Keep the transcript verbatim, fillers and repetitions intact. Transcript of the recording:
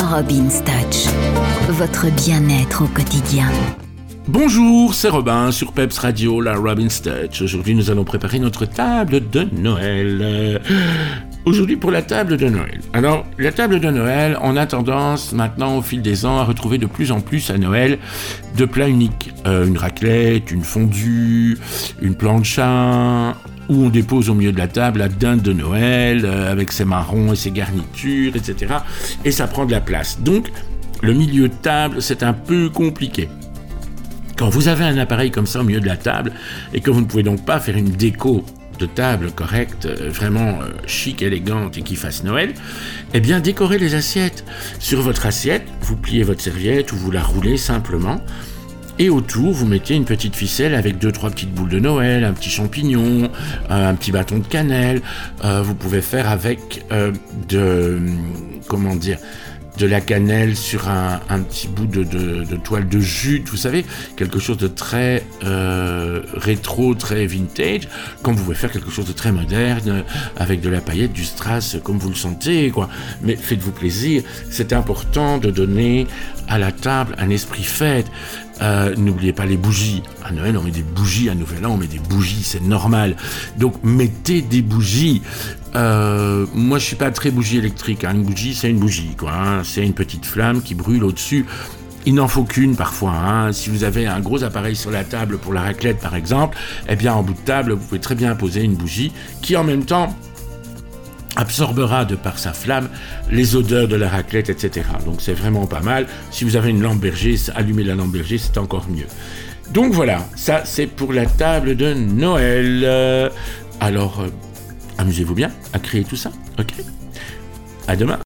Robin's Touch, votre bien-être au quotidien. Bonjour, c'est Robin sur Peps Radio, la Robin's Touch. Aujourd'hui, nous allons préparer notre table de Noël. Aujourd'hui, pour la table de Noël. Alors, la table de Noël, on a tendance maintenant, au fil des ans, à retrouver de plus en plus à Noël de plats uniques. Euh, une raclette, une fondue, une plancha, où on dépose au milieu de la table la dinde de Noël, euh, avec ses marrons et ses garnitures, et cetera. Et ça prend de la place. Donc, le milieu de table, c'est un peu compliqué. Quand vous avez un appareil comme ça au milieu de la table et que vous ne pouvez donc pas faire une déco de table correcte, vraiment euh, chic, élégante et qui fasse Noël, eh bien décorez les assiettes. Sur votre assiette, vous pliez votre serviette ou vous la roulez simplement et autour, vous mettez une petite ficelle avec deux, trois petites boules de Noël, un petit champignon, un petit bâton de cannelle. Euh, vous pouvez faire avec euh, de... comment dire de la cannelle sur un, un petit bout de, de, de toile de jute, vous savez, quelque chose de très euh, rétro, très vintage, comme vous pouvez faire quelque chose de très moderne, avec de la paillette, du strass, comme vous le sentez, quoi. Mais faites-vous plaisir, c'est important de donner à la table un esprit fête. Euh, n'oubliez pas les bougies. À Noël, on met des bougies, à Nouvel An, on met des bougies, c'est normal. Donc, mettez des bougies. Euh, moi, je suis pas très bougie électrique. Hein. Une bougie, c'est une bougie, quoi. Hein. C'est une petite flamme qui brûle au-dessus. Il n'en faut qu'une parfois. Hein. Si vous avez un gros appareil sur la table pour la raclette, par exemple, eh bien, en bout de table, vous pouvez très bien poser une bougie qui, en même temps, absorbera de par sa flamme les odeurs de la raclette, et cetera. Donc c'est vraiment pas mal. Si vous avez une lampe berger, allumez la lampe berger, c'est encore mieux. Donc voilà, ça c'est pour la table de Noël. Euh, alors, euh, amusez-vous bien à créer tout ça, ok ? À demain.